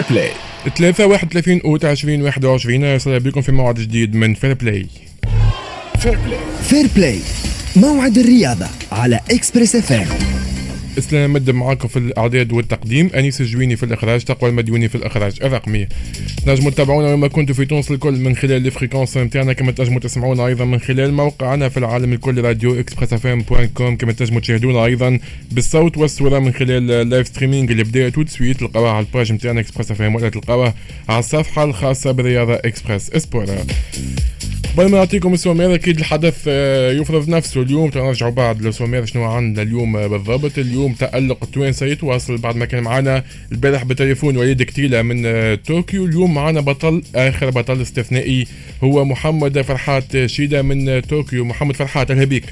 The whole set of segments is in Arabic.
فير بلاي 3/31/2021. يصل بكم في موعد جديد من فير بلاي. فير بلاي موعد الرياضة على إكسبريس FM. اسلام مد معاكم في الاعداد والتقديم، انيس الجويني في الاخراج، تقوى المديوني في الاخراج الرقمي. تنجموا تتابعونا وما كنتوا في تونس الكل من خلال الفريكونس نتاعنا، كما تنجموا تسمعونا ايضا من خلال موقعنا في العالم الكل راديو expressfm.com. كما تنجموا تشاهدونا ايضا بالصوت والصوره من خلال اللايف ستريمينغ اللي بدا تو سويت، تلقاوها على الباج نتاعنا اكسبريس اف ام، ولا تلقاوها على الصفحه الخاصه بالرياضه اكسبريس اسبور. قبل ما نعطيكم السومير، اكيد الحدث يفرض نفسه اليوم. تنرجعوا بعد السومير شنو عندنا اليوم بالضبط. اليوم تألق التوانسه يتواصل بعد ما كان معنا البارح بالتليفون وليد كتيلة من طوكيو. اليوم معنا بطل اخر، بطل استثنائي، هو محمد فرحات شيدة من طوكيو. محمد فرحات، اهلا بيك.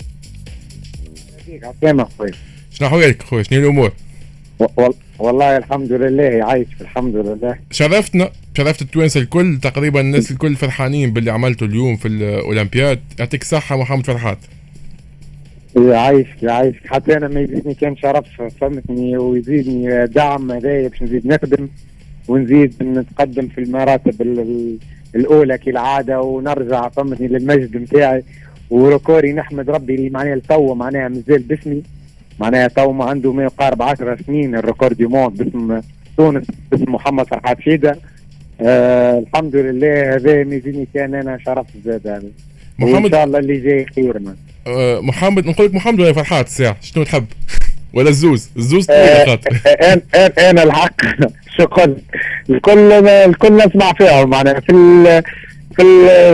عسلامة خويا. شنو احوالك خويا؟ شنو الامور؟ والله الحمد لله، عايش الحمد لله. شرفت التوانسه الكل تقريبا، الناس الكل فرحانين باللي عملته اليوم في الاولمبياد. يعطيك الصحه محمد فرحات. عايش حتى انا ما يزيدني كان شرف، فهمتني، ويزيدني دعم هذايا باش نزيد نخدم ونزيد نتقدم في المراتب الاولى كالعاده، ونرجع فهمتني للمجد نتاعي وركوري. نحمد ربي اللي معناها لتو معناها مازال باسمي، معناها تو ما عنده ما يقارب 10 سنين الريكورد دي مونت باسم تونس، باسم محمد فرحات شيدة. الحمد لله، هذا ميزيني كان انا شرف زاد هذا. محمد ان شاء الله اللي جاي خير. محمد، نقول لك محمد ولا فرحات الساعه شنو تحب؟ ولا الزوز طويله خاطر. انا الحق شو قلت الكل نسمع فيهم، معناها في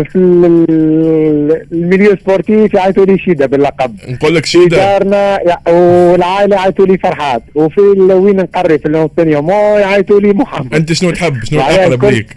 الميليو سبورتيف يعيطوا لي شيدة باللقب. نقول لك شيدة دارنا والعائله يعيطوا لي فرحات، وفي وين نقري في الثاني مو يعيطوا لي محمد. انت شنو تحب؟ شنو اقرب ليك؟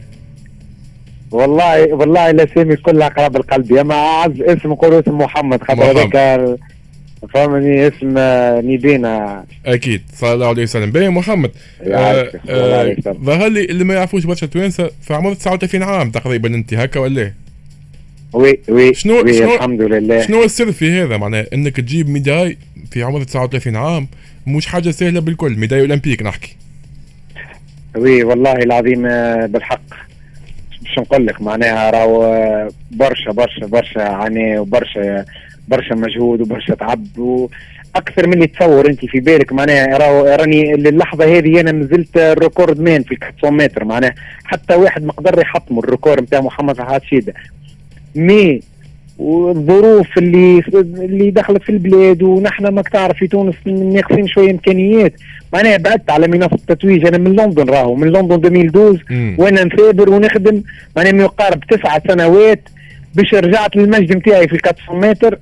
والله الاسامي كلها اقرب القلب. يا ما اعز اسم نقولوا اسم محمد، خاطر هذاك فهمني اسم نيبينا. اكيد صلى الله عليه وسلم. باهي محمد، ظهر لي اللي ما يعرفوش برشا توانسه في عمر 39 عام تقريبا، انت هكا ولا؟ وي شنو الحمد لله. شنو السر في هذا؟ معناه انك تجيب ميداي في عمر 39 عام مش حاجه سهله بالكل، ميداي اولمبيك نحكي. وي والله العظيم بالحق باش نقول لك، معناها راهو برشا يعني، وبرشا مجهود وبرشا تعب، واكثر من اللي تصور انت في بالك. معناها راني اللحظه هذه انا نزلت الريكورد مان في 400 متر، معناها حتى واحد ما قدر يحطم الريكورد نتاع محمد فرحات شيدة. مي والظروف اللي دخلت في البلاد، ونحن ما تعرف في تونس ناقصين شويه امكانيات. معناها بعدت على منصه التتويج انا من لندن، من لندن 2012 وانا نثابر ونخدم، معناها ما يقارب 9 سنوات باش رجعت للمجد نتاعي في 400 متر،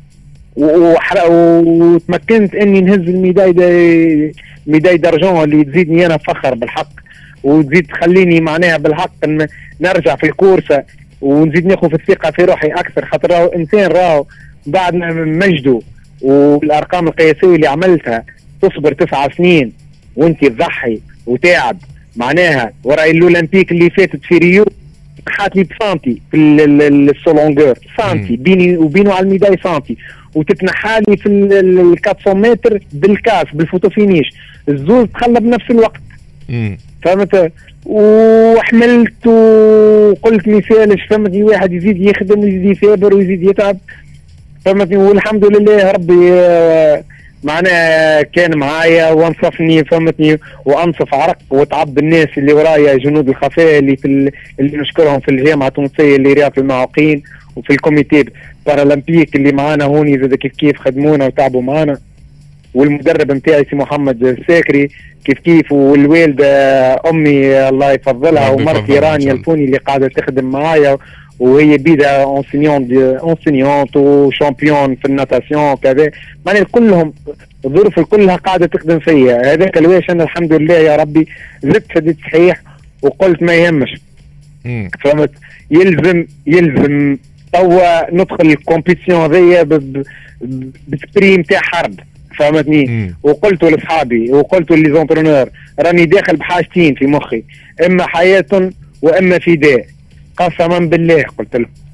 وتمكنت اني نهز الميداي درجون اللي تزيدني انا فخر بالحق، وتزيد تخليني معناها بالحق نرجع في الكورسه، ونزيد ناخذ في الثقه في روحي اكثر. خاطر راهو انسان بعد ما مجده والارقام القياسيه اللي عملتها، تصبر 9 سنين وانت تضحي وتعب، معناها وراي الاولمبيك اللي فاتت في ريو حات لي بسانتي في السولونجور، سانتي بيني وبينه على الميداي سانتي، وتتنحى لي في ال 400 متر بالكاس بالفوتو فينيش، الزوز تخلى بنفس الوقت. فهمت؟ وحملت وقلت مثالش، فهمتني، واحد يزيد يخدم ويزيد يثابر ويزيد يتعب، فهمتني، والحمد لله ربي معناها كان معايا وانصفني، فهمتني، وانصف عرق وتعب الناس اللي ورايا، جنود الخفاء اللي نشكرهم في الجامعه التونسيه اللي رياض المعوقين، وفي الكوميتي بارالمبيك اللي معانا هوني زاد كيف خدمونا وتعبوا معانا، والمدرب نتاعي سي محمد الساكري كيف، والوالده امي الله يفضلها، ومرتي رانيا الفوني اللي قاعده تخدم معايا، وهي بيدا اونسينيونت وشامبيون في الناتاسيون كذا، معناها كلهم الظروف كلها قاعده تخدم فيا. هذاك الواش انا الحمد لله يا ربي زدت فديت صحيح، وقلت ما يهمش. فهمت؟ يلزم توا ندخل الكومبيتيسيون هذيا بسبري نتاع حرب، فهمتني. وقلت لاصحابي وقلت ليزونترونور راني داخل بحاجتين في مخي، اما حياه واما فداء، قسما بالله قلت له.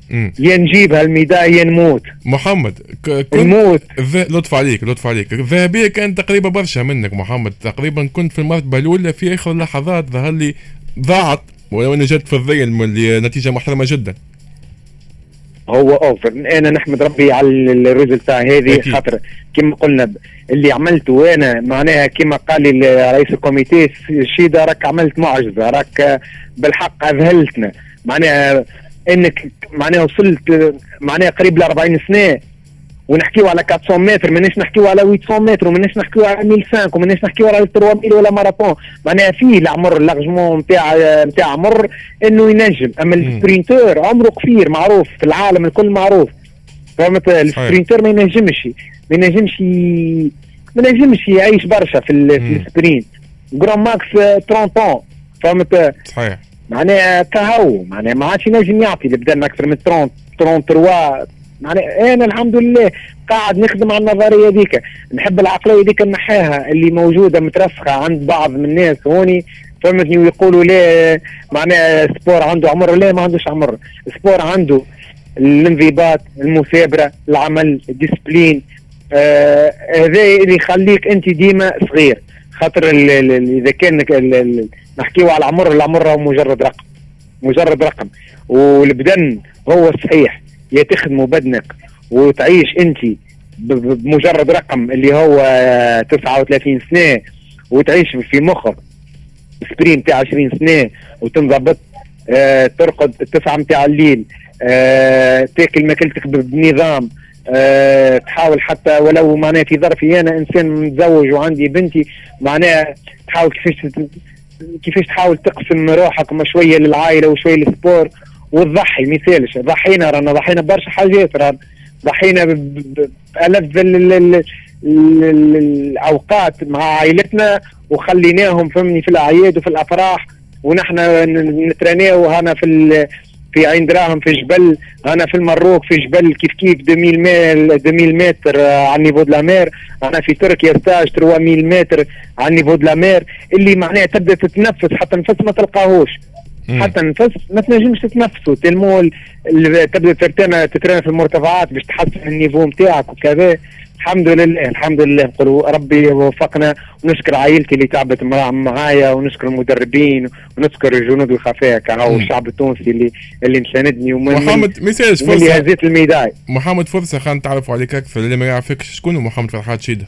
يا نجيبها الميداي يا نموت. محمد نموت. لطف عليك الذهبيه كانت تقريبا برشا منك محمد، تقريبا كنت في المرتبه الاولى في اخر اللحظات، ظهر لي ضاعت ولو انها جت في الضيل، اللي نتيجه محترمه جدا. هو اوفر، انا نحمد ربي على الريزلتا هذه، خاطر كما قلنا اللي عملته انا معناها كما قال لي رئيس الكوميتي شيدا، راك عملت معجزه، راك بالحق اذهلتنا، معناها انك معناها وصلت معناها قريب ل 40 سنه ونحكيو على 400 متر، ماناش نحكيو على 800 متر، وماناش نحكيو على 1005 وماناش نحكيو على 3000 ولا ماراثون، معناها فيه العمر اللارجمون نتاع عمر انه ينجم. اما السبرينتور عمره قصير معروف في العالم الكل معروف، فهمت؟ السبرينتور ما ينجمش يعيش برشا في السبرينت، جرام ماكس 30 فهمت؟ صحيح. معناها كهو معناها ما عادش ينجم يعطي اللي بدا اكثر من 30 33. معناها انا الحمد لله قاعد نخدم على النظريه ذيك، نحب العقليه ذيك نحاها اللي موجوده مترسخه عند بعض من الناس هوني، فهمتني؟ ويقولوا لا معناها سبور عنده عمر، لا ما عندوش عمر، سبور عنده الانضباط، المثابره، العمل، الديسبلين، هذا اللي يخليك انت ديما صغير. خاطر اذا كان نحكيو على العمر هو مجرد رقم، والبدن هو الصحيح، يا تخدموا بدنك وتعيش انت بمجرد رقم اللي هو 39 سنه، وتعيش في مخك سبرين نتاع 20 سنه وتنضبط، ترقد 9 نتاع الليل، تاكل ماكلتك بنظام، تحاول حتى ولو معناها في ظرفي انا انسان متزوج وعندي بنتي، معناها تحاول كيفاش تحاول تقسم روحك شويه للعائله وشويه للسبور وتضحي. مثالش رانا ضحينا برشا حاجات، رانا ضحينا بألف الاوقات مع عائلتنا وخليناهم فهمني في الاعياد وفي الافراح، ونحن نترانيو هنا في عين دراهم في جبل، انا في المروك في جبل كيف 2000 متر على نيفو دو مير، انا في تركيا ستاج 3000 متر على نيفو دو مير، اللي معناها تبدا تتنفس حتى نفس ما تلقاهوش، حتى نفس ما تنجمش تتنفسوا، تلمو تبدا تترنى في المرتفعات باش تحسن النيفو نتاعك وكذا. الحمد لله نقولوا ربي وفقنا، ونشكر عائلتي اللي تعبت معايا، ونشكر المدربين، ونشكر الجنود الخفاء كهو الشعب التونسي اللي مساندني محمد ميساج فرصه اللي هزيت الميداي. محمد فرصه خلينا نتعرفوا عليك اكثر، اللي ما يعرفكش شكون محمد فرحات شيده؟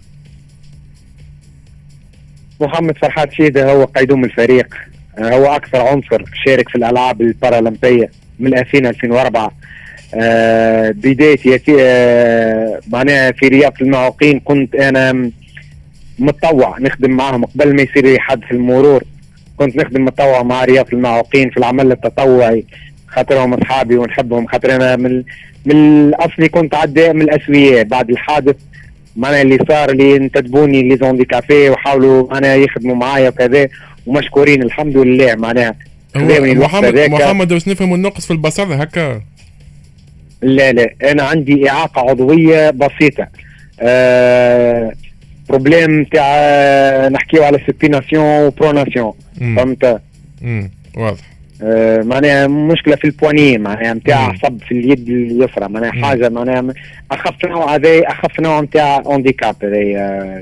محمد فرحات شيده هو قيدوم الفريق، هو اكثر عنصر شارك في الالعاب البارالمبيه من 2004. بدايتي معناها في رياض المعوقين، كنت انا متطوع نخدم معهم قبل ما يصير حد في المرور، كنت نخدم متطوع مع رياض المعوقين في العمل التطوعي، خاطرهم اصحابي ونحبهم، خاطر انا من اصلي كنت عداء من الاسوياء. بعد الحادث معناها اللي صار لي انتدبوني لي زونديكافي وحاولوا انا يخدموا معايا وكذا، ومشكورين الحمد لله. معناها محمد باش نفهموا النقص في البصر هكا؟ لا انا عندي اعاقه عضويه بسيطه، بروبليم تاع نحكيو على سبيناسيون وبروناسيون، فهمت؟ واضح. معناها مشكله في البواني، معناها نتاع عصب في اليد اليسرى، معناها حاجه معناها اخف نوع نتاع هانديكاب هذايا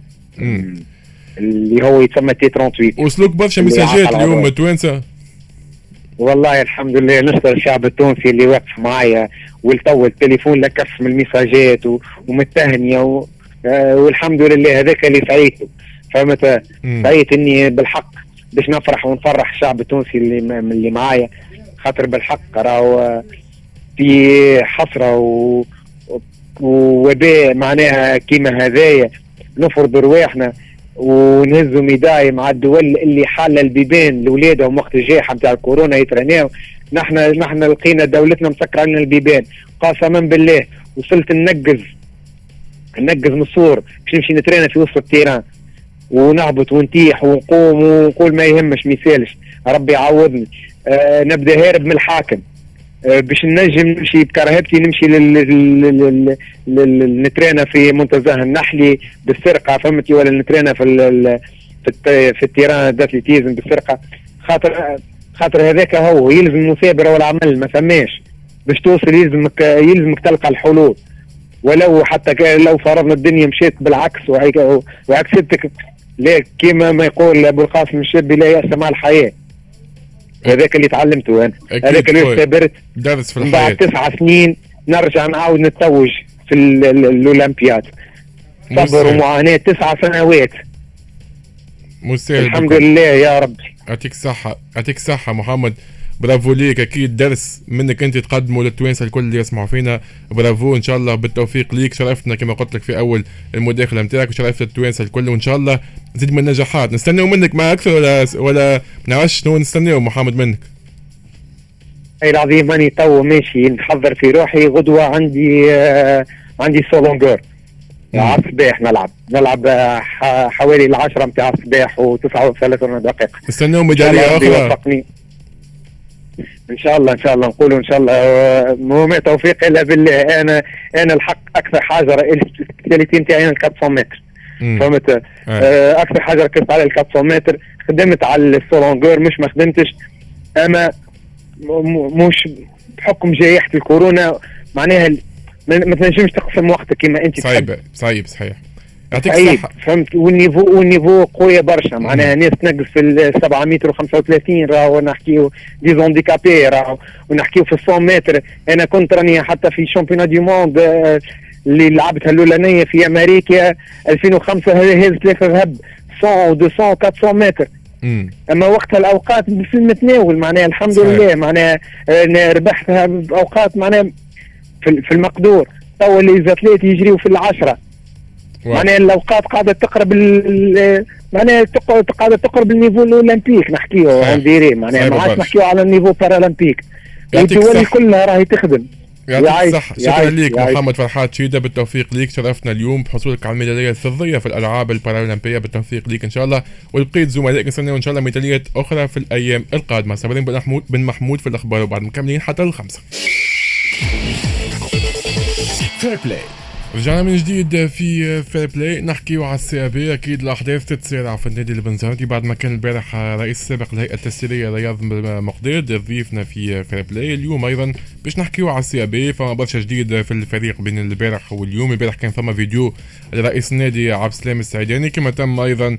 اللي هو يتسمى تي 38. وصلوك برشا مساجات اليوم توانسه؟ والله الحمد لله نشكر الشعب التونسي اللي واقف معايا، والتو التليفون لكف من المساجات ومن التهنئه والحمد لله هذاك اللي سعيته، فهمت؟ سعيت اني بالحق باش نفرح ونفرح الشعب التونسي اللي معايا، خاطر بالحق راهو في حسره ووباء معناها كيما هذايا نفرض رواحنا ونهزوا ميداي مع الدول اللي حال البيبان لولادهم وقت الجائحه نتاع الكورونا يترانيو. نحن لقينا دولتنا مسكره علينا البيبان، قسما بالله وصلت ننقز نصور باش نمشي نترينا في وسط التيران ونهبط ونتيح ونقوم ونقول ما يهمش ميسالش ربي يعوضني. نبدا هارب من الحاكم باش ننجم نمشي بكرهبتي، نمشي نترينا في منتزه النحلي بالسرقه، فهمتي؟ ولا نترينا في التيران داتليتيزم بالسرقه، خاطر هذاك هو يلزم المثابره والعمل، ما فماش باش توصل يلزمك تلقى الحلول، ولو حتى لو فرضنا الدنيا مشيت بالعكس وعكستك، لا كيما ما يقول ابو القاسم الشابي لا يأس مع الحياه. هذاك اللي تعلمته انا، هذاك اللي اختبرت درس في الحياه. بعد 9 سنين نرجع نعاود نتوج في الاولمبياد. صبر ومعاناه 9 سنوات. مستاهل. الحمد لله يا رب. يعطيك الصحة محمد، برافو ليك. اكيد درس منك انت تقدمه للتوانسه الكل اللي يسمعوا فينا. برافو ان شاء الله بالتوفيق ليك. شرفتنا كما قلت لك في اول المداخله نتاعك، وشرفت التوانسه الكل، وان شاء الله نزيد من النجاحات. نستناو منك ما اكثر ولا نعرفش شنو نستناو محمد منك؟ اي العظيم ماني تو ماشي نحضر في روحي. غدوه عندي سولونجور على الصباح، نلعب حوالي 10 نتاع الصباح و39 دقيقه. نستناو ميداليه اخرى ان شاء الله نقولوا ان شاء الله. وما توفيق الا بالله. انا الحق اكثر حاجه الثالثين نتاعي 400 متر، فهمت؟ اكثر حاجه ركزت على 400 متر. خدمت على السولونجور مش ما خدمتش، اما مش بحكم جائحه الكورونا معناها ما تنجمش تقسم وقتك كما انت صعيب صحيح. يعطيك الصحة. فهمت؟ والنيفو قوية برشا، معناها ناس تنقص في 7 متر و35 راهو نحكيو دي زونديكابي، راهو ونحكيو في 100 متر. انا كنت راني حتى في شامبيونات دي موند اللي لعبتها الاولانية في امريكا 2005 هذه 3 ذهب 100 و200 400 متر. اما وقتها الاوقات في المتناول، معناها الحمد لله، معناها ربحتها باوقات معناها في المقدور. تو اللي زاتليت يجريوا في 10 معناها الاوقات قاعده تقرب معناها قاعده تقرب النيفو الاولمبيك نحكيو عنديري، معناها ما عادش نحكيو على النيفو بارالمبيك. الدول كلها راهي تخدم. يعطيك الصحة. شكرا ليك محمد فرحات شيدة، بالتوفيق ليك. شرفتنا اليوم بحصولك على الميدالية الفضية في الألعاب البارالمبية. بالتوفيق ليك إن شاء الله، ولبقيت زملائك نستناو إن شاء الله ميداليات أخرى في الأيام القادمة. صابرين بن محمود في الأخبار، وبعد مكملين حتى 5. فير بلاي. رجعنا من جديد في فير بلاي، نحكيو على السي بي. اكيد الاحداث تتسارع في النادي البنزرتي بعد ما كان البارح رئيس السابق للهيئه التسييريه رياض مقداد ضيفنا في فير بلاي. اليوم ايضا باش نحكيو على السي بي، فما برشا جديد في الفريق بين البارح واليوم. البارح كان ثم فيديو لرئيس النادي عبد السلام السعيداني، كما تم ايضا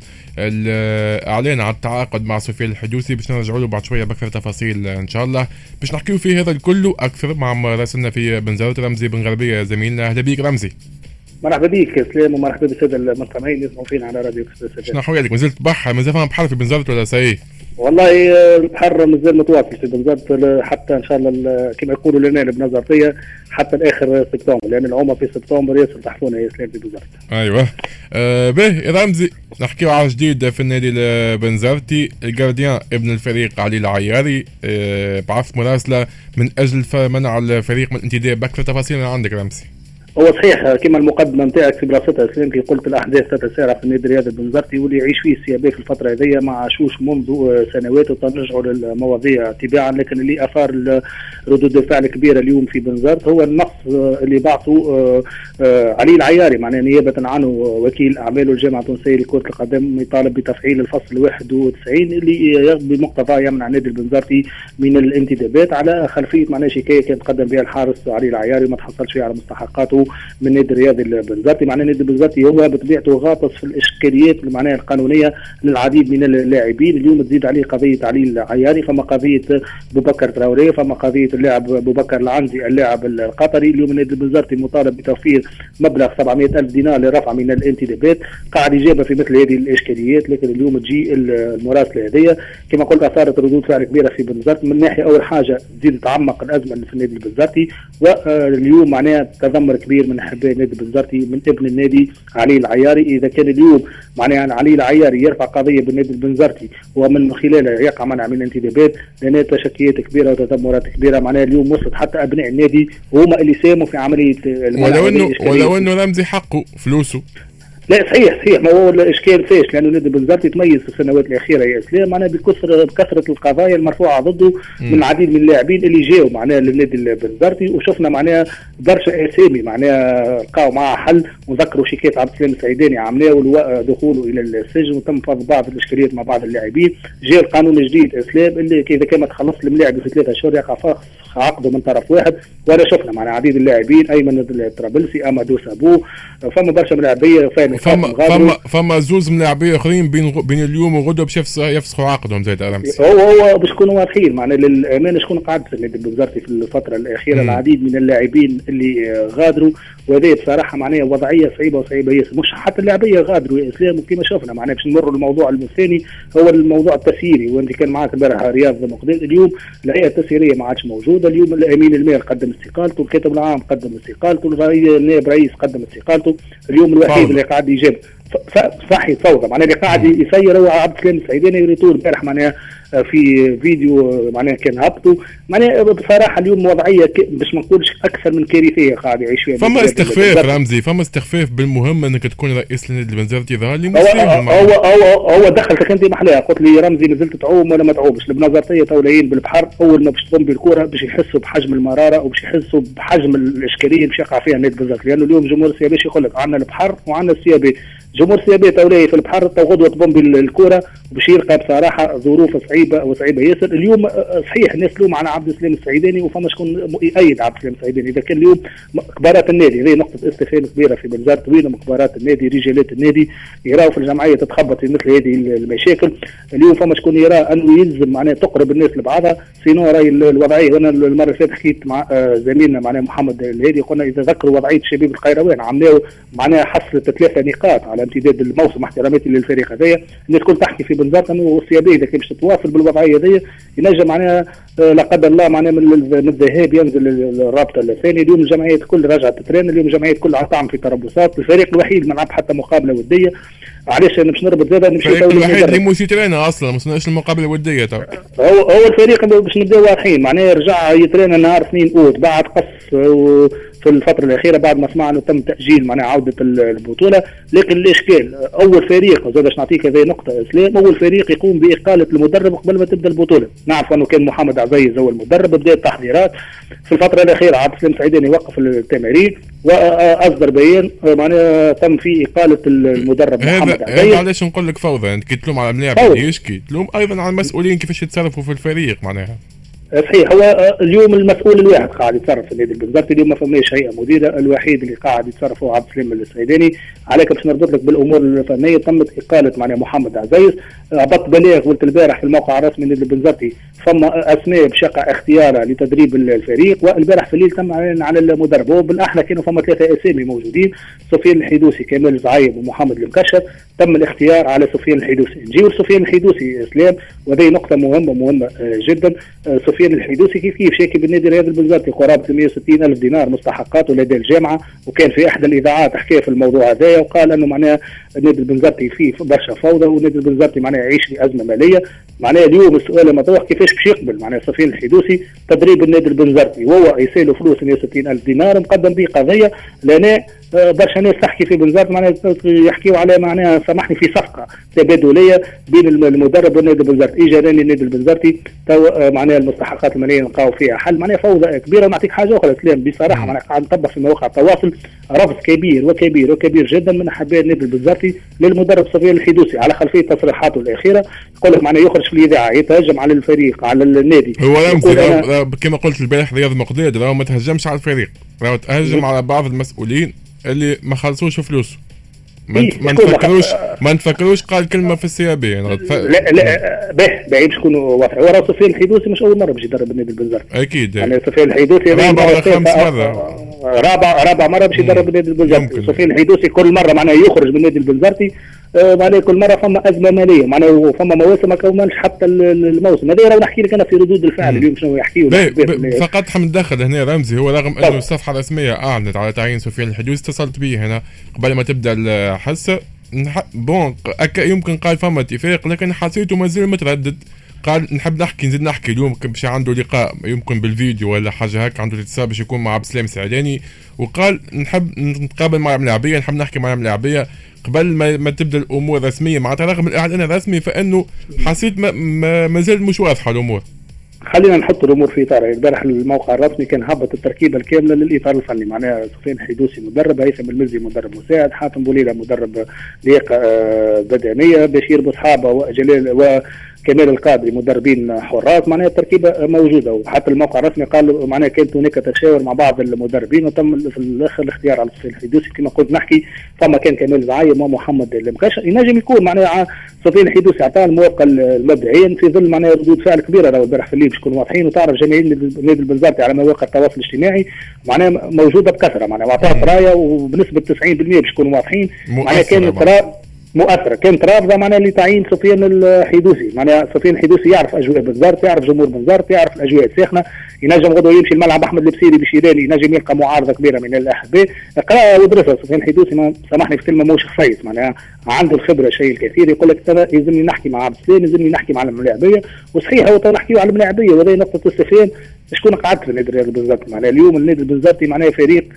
الاعلان على التعاقد مع سفيان الحدوثي، باش نرجعوا له بعد شويه باكثر تفاصيل ان شاء الله. باش نحكيو في هذا الكل اكثر مع مراسلنا في بنزرت رمزي بن غربيه زميلنا. اهلا بيك رمزي. مرحبا بك سلام، ومرحبا بالساده المستمعين اللي يسمعوا فينا على راديو اكسبريس. شنو حوالك؟ مازلت بحر؟ مازال فما بحر في بنزرت ولا ساي؟ والله البحر مازال متواصل في بنزرت حتى ان شاء الله كما يقولوا لنا بنزرتيه حتى لاخر سبتمبر، لان العمى في سبتمبر ياسر تحفونا يا سلام في بنزرت. ايوه. باهي رمزي، نحكيو على جديد في النادي البنزرتي. الجارديان ابن الفريق علي العياري بعث مراسله من اجل منع الفريق من الانتداب. باكثر تفاصيل عندك رمزي. هو صحيح كما المقدمه نتاعك في براستها سلام كي قلت الاحداث تتسارع في النادي الرياضي البنزرتي واللي يعيش فيه السيابي في الفتره هذه مع عشوش منذ سنوات، وتنرجعوا للمواضيع تباعا. لكن اللي اثار ردود الفعل الكبيره اليوم في بنزرت هو النص اللي بعثه علي العياري، معناه نيابه عنه وكيل اعماله الجامعه التونسيه لكره القدم، يطالب بتفعيل الفصل 91 اللي بمقتضاه يمنع النادي البنزرتي من الانتدابات على خلفيه معناه شكايه كان تقدم بها الحارس علي العياري ما تحصلش فيها على مستحقاته من النادي الرياضي البنزرتي. معناه النادي البنزرتي هو بطبيعته غاطس في الاشكاليات معناها القانونيه للعديد من اللاعبين. اليوم تزيد عليه قضيه علي العياري، فما قضيه بوبكر تراوري، فما قضيه اللاعب بوبكر العنزي اللاعب القطري. اليوم النادي البنزرتي مطالب بتوفير مبلغ 700,000 دينار للرفع من الانتدابات. قاعد اجابه في مثل هذه الاشكاليات، لكن اليوم تجي المراسله هذه كما قلت اثارت ردود فعل كبيره في بنزرت. من ناحيه اول حاجه تزيد تعمق الازمه في النادي البنزرتي، واليوم معناها تذمر كبير من حباء النادي البنزرتي من ابن النادي علي العياري. اذا كان اليوم معناها علي العياري يرفع قضيه بالنادي البنزرتي ومن خلالها يقع منع من الانتدابات، لان تشكيات كبيره وتذمرات كبيره معناها اليوم وصلت حتى ابناء النادي وهم اللي ساهموا في عمليه ولو انه رمزي حقه فلوسه. لا صحيح ما هو الاشكال فاش لانه نادي بنزرتي تميز في السنوات الاخيره يا اسلام معناها بكثره القضايا المرفوعه ضده من العديد من اللاعبين اللي جاوا معناها للنادي البنزرتي، وشفنا معناها برشا اسامي معناها لقاو معها حل، ونذكروا شيكات عبد السلام السعيداني عملوا دخوله الى السجن وتم فض بعض الاشكاليات مع بعض اللاعبين. جاء القانون الجديد اسلام اللي اذا كان ما تخلص الملاعب في 3 شهور يقع عقده من طرف واحد، ولا شفنا معناها عديد اللاعبين ايمن الطرابلسي امادو سابو، فما برشا ملاعبيه فما زوز ملاعبيه اخرين بين اليوم وغدوه باش يفسخوا عقدهم زي امس. هو باش نكونوا واضحين معناها للامانه شكون قاعد في النادي البنزرتي في الفتره الاخيره العديد من اللاعبين اللي غادروا، وهذه بصراحه معناها وضعيه صعيبه ياسر، مش حتى اللاعبيه غادروا يا اسلام وكما شفنا معناها باش نمروا للموضوع الثاني هو الموضوع التسييري، وانت كان معك امبارح رياض مقداد. اليوم الهيئه التسييريه ما عادش موجوده، اليوم الامين المال قدم استقالته، الكاتب العام قدم استقالته، النائب رئيس قدم استقالته، اليوم الوحيد اللي قاعد يجيب صحي فوضى معناها اللي قاعد يسير هو عبد السلام السعيداني يريتور امبارح معناها في فيديو معناها كان هبطوا معناها بصراحه اليوم وضعيه باش ما نقولش اكثر من كارثيه قاعد يعيش فيها. فما استخفاف رمزي، فما استخفاف بالمهم انك تكون رئيس النادي البنزرتي ظهر لي هو دخلتك انت محلاها قلت لي رمزي نزلت تعوم ولا ما تعومش. البنزرتيه طوليين بالبحر، اول ما باش تقوم بالكره باش يحسوا بحجم المراره وباش يحسوا بحجم الاشكاليه اللي باش يقع فيها النادي البنزرتي، لانه اليوم جمهور السيابي يقول لك عندنا البحر وعندنا السيابي، جمهور السيابي تولاي في البحر غدوه تقوم بالكره وباش يلقى بصراحه ظروف صعيبه ياسر. اليوم صحيح الناس تلوم على عبد السلام السعيداني وفما شكون يؤيد عبد السلام السعيداني، اذا كان اليوم كبارات النادي هذه نقطه استفهام كبيره في بنزرت، طويله كبارات النادي رجالات النادي يراو في الجمعيه تتخبط في مثل هذه المشاكل. اليوم فما شكون يرى انه يلزم معناها تقرب الناس لبعضها، سينو راي الوضعيه. انا المره اللي فاتت حكيت مع زميلنا معناها محمد الهادي، قلنا اذا ذكروا وضعيه الشباب القيروان عملوا معناها حصلة 3 نقاط على امتداد الموسم، احتراماتي للفريق هذايا. الناس كل تحكي في بنزرت انه السيابي اذا كان باش تتواصل بالوضعيه هذيا ينجم معناها لا قدر الله معناها من الذهاب ينزل الرابطه الثانيه. اليوم الجمعيات الكل رجعت تترين، اليوم الجمعيات كل عطام في تربصات، الفريق الوحيد ما لعب حتى مقابله وديه. علاش انا باش نربط زاد نمشي الفريق الوحيد اللي مو يترينا اصلا ما صنعش المقابله الوديه تو هو الفريق باش نبداو واضحين معناها رجع يترينا نهار 2 اوت بعد قص في الفتره الاخيره بعد ما سمعنا تم تاجيل معناها عوده البطوله. لكن الاشكال اول فريق زاد باش نعطيك هذه نقطه اسلام، اول فريق يقوم باقاله المدرب قبل ما تبدا البطوله. نعرف انه كان محمد عزيز هو المدرب، بدا التحضيرات في الفتره الاخيره عبد السلام السعيداني وقف التمارين واصدر بيان معناها تم فيه اقاله المدرب محمد عزيز. هذا علاش نقول لك فوضى، انت كي تلوم على الملاعب يشكي تلوم ايضا على المسؤولين كيفاش يتصرفوا في الفريق معناها. صحيح هو اليوم المسؤول الواحد قاعد يتصرف في النادي البنزرتي، اليوم ما فماش هيئه مديره، الوحيد اللي قاعد يتصرف هو عبد السلام السعيداني. عليك باش نربط لك بالامور الفنيه، تمت اقاله معناها محمد عزيز، هبط بلاغ قلت البارح في الموقع الرسمي للنادي البنزرتي فما اسماء بشقع اختيارها لتدريب الفريق، والبارح في الليل تم اعلان على المدرب. وبالاحلى كانوا فما 3 اسامي موجودين، سفيان الحيدوسي، كمال زعيم، ومحمد المكشف. تم الاختيار على سفيان الحيدوسي. نجيو لسفيان الحيدوسي اسلام، وهذه نقطه مهمه جدا. سفيان الحيدوسي كيف شاكي بالنادي الرياضي البنزرتي قرابه 160,000 دينار مستحقاته لدى الجامعه، وكان في احدى الاذاعات حكى في الموضوع هذا وقال انه معناها النادي البنزرتي فيه برشا فوضى والنادي البنزرتي معناها يعيش في ازمه ماليه. معناها اليوم السؤال المطروح كيفاش باش يقبل معناها سفيان الحيدوسي تدريب النادي البنزرتي وهو يسالو فلوس 160,000 دينار مقدم به قضيه لنا برشا ناس تحكي في بنزرت معناها يحكيوا على معناها سامحني في صفقه تبادليه بين المدرب والنادي البنزرتي. اجى راني النادي البنزرتي تو معناها المستحقات الماليه نلقاو فيها حل، معناها فوضى كبيره. ونعطيك حاجه اخرى اسلام بصراحه معناها قاعد نطبق في مواقع التواصل رفض كبير جدا من حبايب النادي البنزرتي للمدرب سفيان الحيدوسي على خلفيه تصريحاته الاخيره. يقول لك معناها يخرج في الاذاعه يتهجم على الفريق على النادي. هو رمزي كما قلت البارح رياض مقداد راهو ما تهجمش على الفريق، راهو تهجم على بعض المسؤولين اللي ما خلصوش فلوسه. ما نفكروش قال كلمه في السيابي يعني لا باهي باش نكونوا واضحين. هو راه سفيان الحيدوسي مش اول مره باش يدرب النادي البنزرتي اكيد يعني سفيان الحيدوسي رابع ولا خامس مره رابع مره باش يدرب النادي البنزرتي. سفيان الحيدوسي كل مره معناها يخرج من النادي البنزرتي معناها كل مره فما ازمه ماليه معناها فما مواسم ما كونش حتى الموسم هذا. راه نحكي لك انا في ردود الفعل اليوم شنو يحكيوا فقط حمد دخل هنا رمزي. هو رغم انه الصفحه الرسميه اعلنت على تعيين سفيان الحيدوسي اتصلت به هنا قبل ما تبدا الحصه بون يمكن قال فما اتفاق لكن حسيته مازال متردد. قال نحب نحكي نزيد نحكي اليوم باش عنده لقاء يمكن بالفيديو ولا حاجه هكا عنده اتصال باش يكون مع عبد السلام السعداني، وقال نحب نتقابل مع الملاعبيه، نحب نحكي مع الملاعبيه قبل ما تبدا الامور رسميه معناتها رغم الاعلان الرسمي، فانه حسيت ما زال مش واضحه الامور. خلينا نحط الامور في اطارها. البارح الموقع الرسمي كان هبط التركيبه الكامله للاطار الفني، معناها سفيان حيدوسي مدرب، هيثم المزي مدرب مساعد، حاتم بوليله مدرب لياقه بدنيه، بشير بوصحابه وجلال وكمال القادري مدربين حراس، معناها التركيبه موجوده. وحتى الموقع الرسمي قال معناها كانت هناك تشاور مع بعض المدربين وتم في الاخر الاختيار على سفيان حيدوسي. كما قلت نحكي فما كان كمال الزعايم ومحمد المقاش. ينجم يكون معناها سفيان حيدوسي اعطاه الموافقه المبدئيا في ظل معناها ردود فعل كبيره راهو البارح في الليل باش نكونوا واضحين، وتعرف جماهير نادي البنزرتي على مواقع التواصل الاجتماعي معناها موجوده بكثره، معناها واعطاه رايه وبنسبه 90% باش نكونوا واضحين، معناها كانت مؤثره، كانت رافضه معناها لتعيين سفيان الحيدوسي. معناها سفيان الحيدوسي يعرف اجواء بنزرت، يعرف جمهور بنزرت، يعرف الاجواء الساخنه، ينجم غدوه يمشي الملعب احمد البسيري بشيراني ينجم يلقى معارضه كبيره من الاحباء. قرا ودرسها سفيان الحيدوسي، ما سامحني في كلمه موش خصيص، معناها عنده الخبره شيء الكثير. يقول لك انا يلزمني نحكي مع عبد السلام، يلزمني نحكي مع الملاعبيه، وصحيح هو نحكيو على الملاعبيه وهذه نقطه استفهام شكون قعدت في النادي الرياضي البنزرتي. معناها اليوم النادي البنزرتي معناها فريق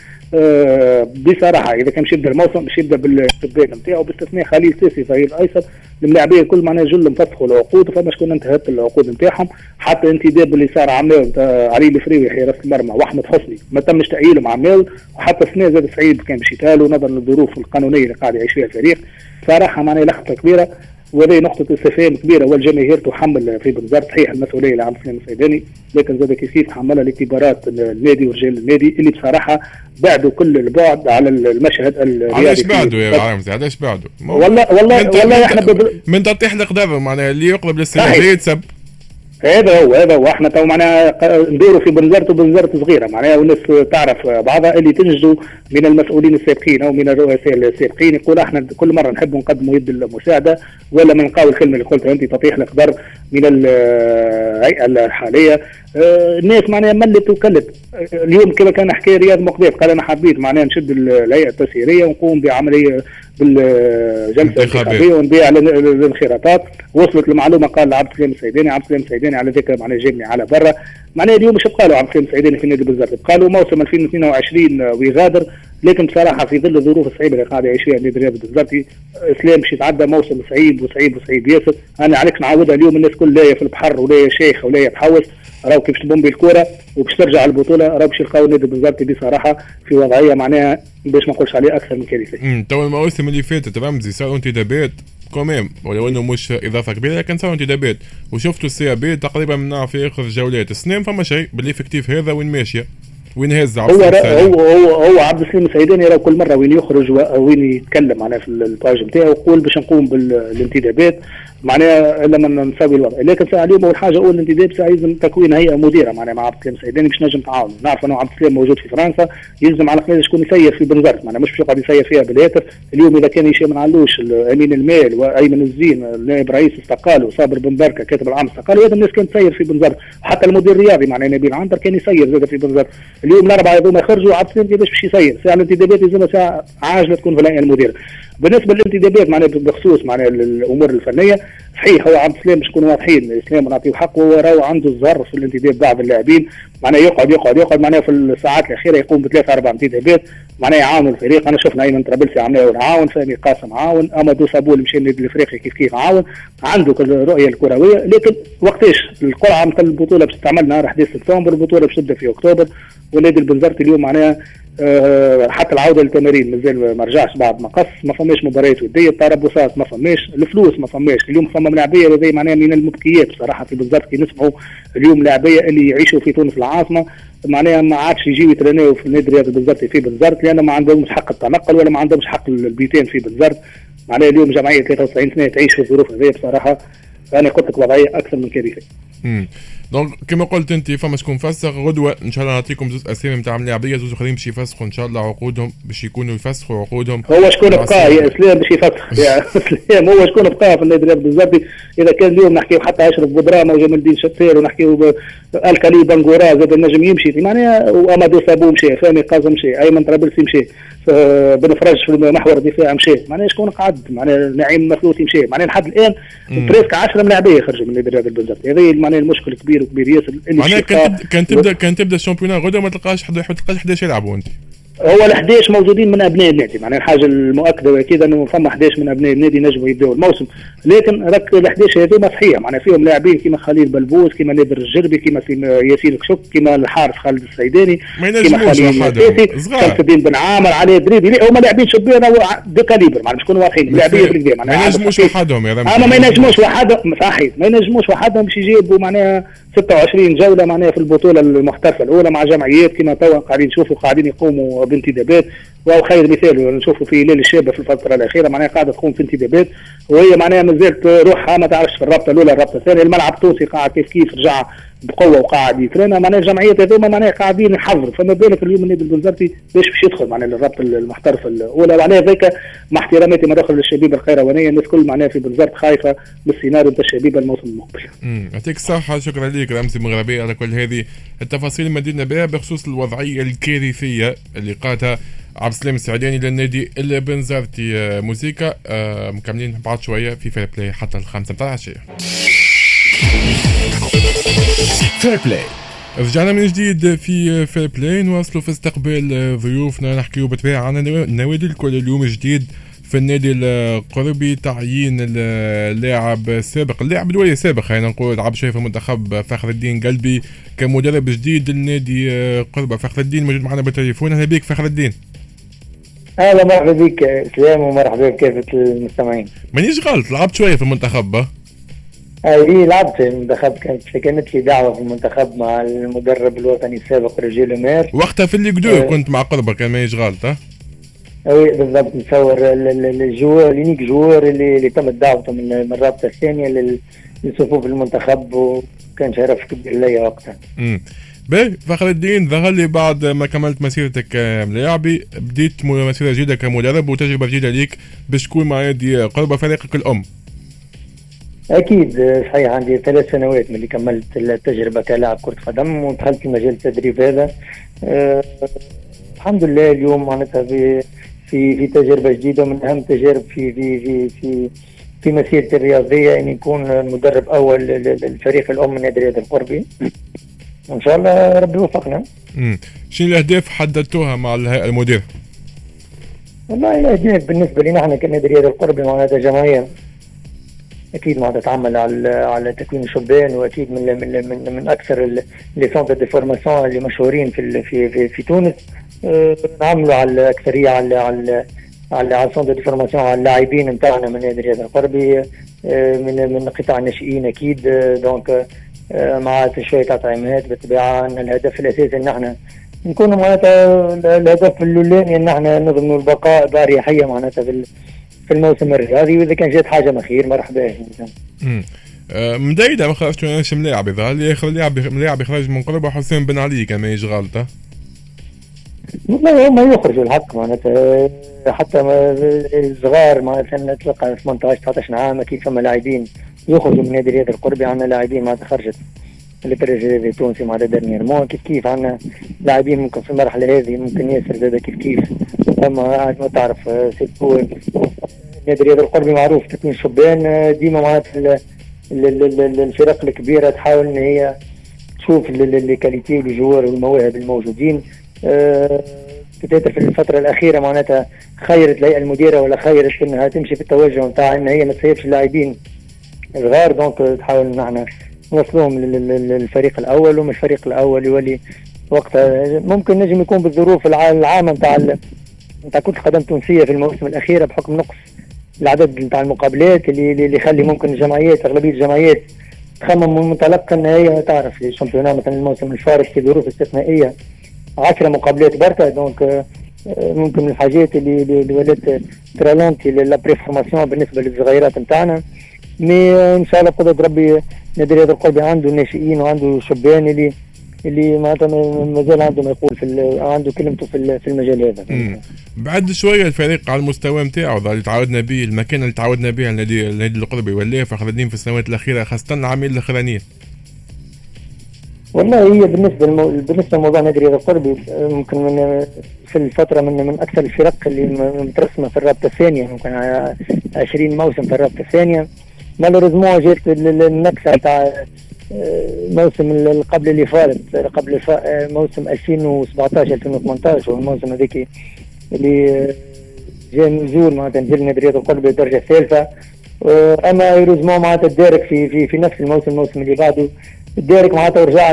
بصراحه اذا كان باش يبدا الموسم باش يبدا بالشباك نتاعو باستثناء خليل سيسي ظهير الايسر، الملاعبيه الكل معناها جل مفسخوا العقود، فما شكون انتهت العقود نتاعهم. حتى انتداب اللي صار عماو علي الفريوي حراس المرمى واحمد حسني ما تمش تاهيلهم عماو، وحتى السنه زاد سعيد كان باش يتالوا نظرا للظروف القانونيه اللي قاعد يعيش فيها الفريق. صراحه معناها لخبطه كبيره وهذه نقطة استفهام كبيرة، والجماهير تحمل في بنزرت صحيح المسؤولية لعبد السلام السعداني، لكن زاد كيف تحملها لكبارات النادي ورجال النادي اللي بصراحة بعدوا كل البعد على المشهد الرياضي. علاش بعدوا يا عامز؟ علاش بعدوا؟ والله احنا من تطيح القدر معناها اللي يقلب للسنة يتسب. هذا هو احنا تو معناها ندوروا في بنزرت وبنزرت صغيره معناها، والناس تعرف بعضها اللي تنجدوا من المسؤولين السابقين او من الرؤساء السابقين يقول احنا كل مره نحبوا نقدموا يد المساعده، ولا من نلقاو الكلمه اللي قلتها انت تطيح القدر من الهيئه الحاليه. الناس معناها ملت وكلت. اليوم كما كان حكى رياض مقبيل قال انا حبيت معناها نشد الهيئه التسييريه ونقوم بعمليه بالجلسه الانتخابيه ونبيع الانخراطات. وصلت المعلومه قال عبد السلام السعداني، عبد السلام السعداني على ذكر معناها جابني على برا، معناها اليوم مش بقى له عبد السلام السعداني في النادي بالضبط، بقى له موسم 2022 ويغادر. لكن بصراحه في ظل الظروف الصعيبه اللي قاعد يعيش فيها النادي الرياضي بالضبط اسلام باش يتعدى موسم صعيب وصعيب وصعيب ياسر. انا عليك نعاودها اليوم الناس كل لايه في البحر ولايه شيخ ولايه تحوس، راهو كيف تبون بالكره وباش ترجع البطوله راهو باش يلقاو النادي بالضبط بصراحه في وضعيه معناها باش ما نقولش عليه اكثر من كارثه. تو المواسم اللي فاتت رمزي صاروا انتدابات كوميم، ولو انه مش اضافه كبيره لكن صاروا انتدابات، وشفتوا السي بي تقريبا منع في اخر جولات السنين فما شيء بالافكتيف هذا وين ماشيه وين هز هو عبد السلام السعيداني راه كل مره وين يخرج وين يتكلم معناها في الباج نتاعو يقول باش نقوم بالانتدابات معناها لما نساوي الوضع. لكن ساعه اليوم اول حاجه اول الانتداب ساعه يلزم تكوين هيئه مديره معناها مع عبد السلام السعيداني باش نجم تعاون. نعرف انه عبد السلام موجود في فرنسا، يلزم على الاقل شكون يسير في بنزرت معناها مش باش يقعد يسير فيها بالهاتف. اليوم اذا كان هشام العلوش امين المال وايمن الزين نائب رئيس استقالوا وصابر بن بركه كاتب العام استقالوا، هذا الناس كانت تسير في بنزرت، حتى المدير الرياضي معناها نبيل عنتر كان يسير زاد في بنزرت. اليوم الاربعه هذوما يخرجوا عبد السلام كيفاش باش يسير؟ ساعه الانتدابات يلزمها ساعه عاجله تكون في الهيئه المديره. بالنسبه للانتدابات معناها بخصوص معناها الامور الفنيه صحيح هو عبد السلام باش نكونوا واضحين الاسلام ونعطيه حقه، وراهو عنده الزهر في الانتداب بعض اللاعبين معناها يقعد معناها في الساعات الاخيره يقوم بثلاث اربع انتدابات معناها يعاونوا الفريق. انا شفنا ايمن طرابلسي عملها عاون، فهمي قاسم عاون، امادو صابول مشى للنادي الافريقي كيف عاون، عنده الرؤيه الكرويه. لكن وقتاش القرعه نتاع البطوله باش تستعمل نهار 11 سبتمبر، البطوله باش تبدا في اكتوبر، والنادي البنزرتي اليوم معناها حتى العوده للتمارين مازال ما رجعش بعد ما قص، ما فماش مباريات وديه، التربصات ما فماش، الفلوس ما فماش. اليوم فما لاعبيه هذه معناها من المبكيات بصراحه في بالضبط كي نسمعوا اليوم لاعبيه اللي يعيشوا في تونس العاصمه معناها ما عادش يجيو يترينيو في النادي الرياضي بالضبط في بنزرت لان ما عندهمش حق التنقل ولا ما عندهمش حق البيتين في بنزرت. معناها اليوم جمعيه 93 سنه تعيش في الظروف هذه بصراحه انا قلت لك وضعيه اكثر من كارثه. دونك كما قلت انت فما شكون فسخ غدوه ان شاء الله نعطيكم زوج اسامي نتاع اللاعبيه، زوج اخرين باش يفسخوا ان شاء الله عقودهم باش يكونوا يفسخوا عقودهم. هو شكون بقى يا اسلام باش يفسخ يا اسلام؟ هو شكون بقى في النادي الرياضي بالضبط؟ اذا كان اليوم نحكيو حتى اشرف بودراما وجمال الدين شتير ونحكيو الكالي بنغورا زاد النجم يمشي معناها، وامادو صابو مشي، فهمي قاسم مشي، ايمن طرابلسي مشي، بن فرج في محور الدفاع مشى، معناها شكون قعد، معناها نعيم مفلوتي مشى، معناها لحد الان بريسك 10 ملاعبيه خرجوا من نادي الرياضي البنزرتي. هذا معناها المشكل كبير وكبير ياسر. معناها كان تبدا الشامبيونات غدا ما تلقاش 11 يلعبوا انت. هو ال 11 موجودين من ابناء النادي، معناها الحاجه المؤكده واكيده انه فما 11 من ابناء النادي نجموا يبداوا الموسم، لكن راك ال 11 هذوما صحيح معناها فيهم لاعبين كيما خليل بلبوس، كيما نادر الجربي، كيما ياسين كشك، كيما الحارس خالد السيداني، كيما خليل السيسي، شمس الدين بن عامر، علي دريدي، هما لاعبين شبان دو كاليبر، معناها شكون واضحين لاعبين في الكدا، معناها ما ينجموش وحدهم اما ما ينجموش وحدهم صحيح، ما ينجموش وحدهم باش يجيبوا معناها 26 جوله معناها في البطوله المحترفه الاولى مع جمعيات كما توا قاعدين نشوفوا قاعدين يقوموا بانتدابات. وهو خير مثال نشوفوا في ليل الشابه في الفتره الاخيره معناها قاعده تقوم في انتدابات، وهي معناها مازالت روحها ما تعرفش في الرابطه الاولى الرابطه الثانيه. الملعب التونسي قاعد كيف رجع بقوه وقاعد يترينا، معناها الجمعيات هذوما معناها قاعدين يحضروا، فما بالك اليوم النادي البنزرتي باش يدخل معناها الرابطه المحترفه الاولى. معناها ذيك مع احتراماتي ما دخل للشبيبه القيروانيه، الناس كل معناها في بنزرت خايفه من السيناريو نتاع الشبيبه الموسم المقبل. يعطيك الصحه، شكرا لك رمزي المغربي على كل هذه التفاصيل اللي مدينا بها بخصوص الوضعيه الكارثيه اللي قاتها عبد السلام السعداني للنادي البنزرتي. موسيقى مكملين بعد شويه في فير بلاي حتى الخامسة متاع العشيه. فير بلاي رجعنا من جديد في فير بلاي، نواصلوا في استقبال ضيوفنا، نحكيو بالطبيعه عن النوادي الكل. اليوم جديد في النادي القربي تعيين اللاعب السابق، اللاعب الولي السابق خلينا نقول، لعب شويه في المنتخب، فخر الدين قلبي كمدرب جديد للنادي قربة. فخر الدين موجود معنا بالتليفون. اهلا بك فخر الدين. اهلا مرحبا بك اسلام ومرحبا بكافه المستمعين. مانيش غلط، لعبت شويه في المنتخب؟ اي لعبت في المنتخب، كانت لي دعوه في المنتخب مع المدرب الوطني السابق رجيل أمير وقتها في الليغ 2 كنت مع قربة، كان مانيش غلط. اي بالضبط، نتصور الجوار لينيك جوار اللي تم دعوته من الرابطه الثانيه لصفوف المنتخب، وكان شرف كبير لي وقتها. باهي فخر الدين، ظهر لي بعد ما كملت مسيرتك ملاعبي بديت مسيره جديده كمدرب وتجربه جديده ليك باش تكون مع نادي قربة فريقك الام. اكيد صحيح، عندي 3 سنوات من اللي كملت التجربه كلاعب كره قدم ودخلت في مجال التدريب هذا. الحمد لله اليوم معناتها في تجربه جديده، من اهم تجارب في مسيرتي الرياضيه اني نكون مدرب اول للفريق الام من نادي الرياضي القربي. ان شاء الله ربي يوفقنا. شنو الاهداف حددتوها مع الهيئه المديره؟ والله الاهداف بالنسبه لنا احنا كنادي الرياضي القربي معناتها جمعيه اكيد معناتها تعمل على تكوين الشبان، واكيد من اكثر لي سونتر دي فورماسيون اللي مشهورين في تونس. نعملوا على الاكثريه على سونتر دي فورماسيون على اللاعبين نتاعنا من نادي الرياضي القربي، من قطاع الناشئين اكيد. دونك مع شويه تطعيمات بالطبيعه. الهدف الاساسي ان احنا نكون معناتها الهدف الاولاني ان احنا نضمن البقاء باريحيه معناتها في الموسم الرياضي، واذا كان جات حاجه ما خير مرحبا. مدايده ما خرجتوا ناس ملاعب، يظهر لي اخر لاعب يخرج من قربة حسين بن علي كان ما يشغل. والله هم يخرجوا الحق معناتها، حتى الصغار معناتها تلقى 18 19 عام اكيد فما لاعبين يخرجوا من نادي الرياضي القربي. عندنا لاعبين معناتها خرجت البريزيدي التونسي معناتها ديرنييرمون، كيف عندنا لاعبين ممكن في المرحله هذه ممكن ياسر زاد كيف اما ما تعرف سيبو نادي الرياضي القربي معروف تكوين شبان. ديما معناتها الفرق الكبيره تحاول ان هي تشوف الكاليتي والجوار والمواهب الموجودين. في الفتره الاخيره معناتها خيرت الهيئه المديره ولا خيرت انها تمشي في التوجه نتاع ان هي ما تسيبش اللاعبين صغار، دونك تحاول ان احنا نوصلهم للفريق الاول، ومن الفريق الاول يولي وقتها ممكن نجم يكون بالظروف العامه نتاع كره القدم التونسيه في الموسم الاخيره بحكم نقص العدد نتاع المقابلات اللي يخلي ممكن الجمعيات اغلبيه الجمعيات تخمم من منطلق ان هي تعرف الشامبيونات مثلا الموسم الفارط في ظروف استثنائيه 10 مقابلات بركه. دونك ممكن من الحاجات اللي ولات ترالونتي لابري فورماسيون بالنسبه للصغيرات نتاعنا. مي ان شاء الله بقدر ربي نادي الرياضي القربي عنده ناشئين وعنده شبان اللي معناتها مازال عنده ما يقول عنده كلمته في المجال هذا. بعد شويه الفريق على المستوى نتاعو اللي تعودنا به، المكان اللي تعودنا به النادي القربي ولا فخر الدين في السنوات الاخيره خاصه العامين الاخرانيين. والله هي بالنسبه لموضوع نادي الرياض القربي، ممكن في الفتره من اكثر الفرق اللي مترسمه في الرابطه الثانيه، ممكن 20 موسم في الرابطه الثانيه. مالوريزمون جات النكسه تاع الموسم اللي قبل اللي فات، موسم 2017 2018 والموسم هذيك اللي جاء نزول معناتها نزل نادي الرياض القربي الدرجه الثالثه. اما يروزمون معناتها الدارك في نفس الموسم اللي بعده الدارك معناتها ورجع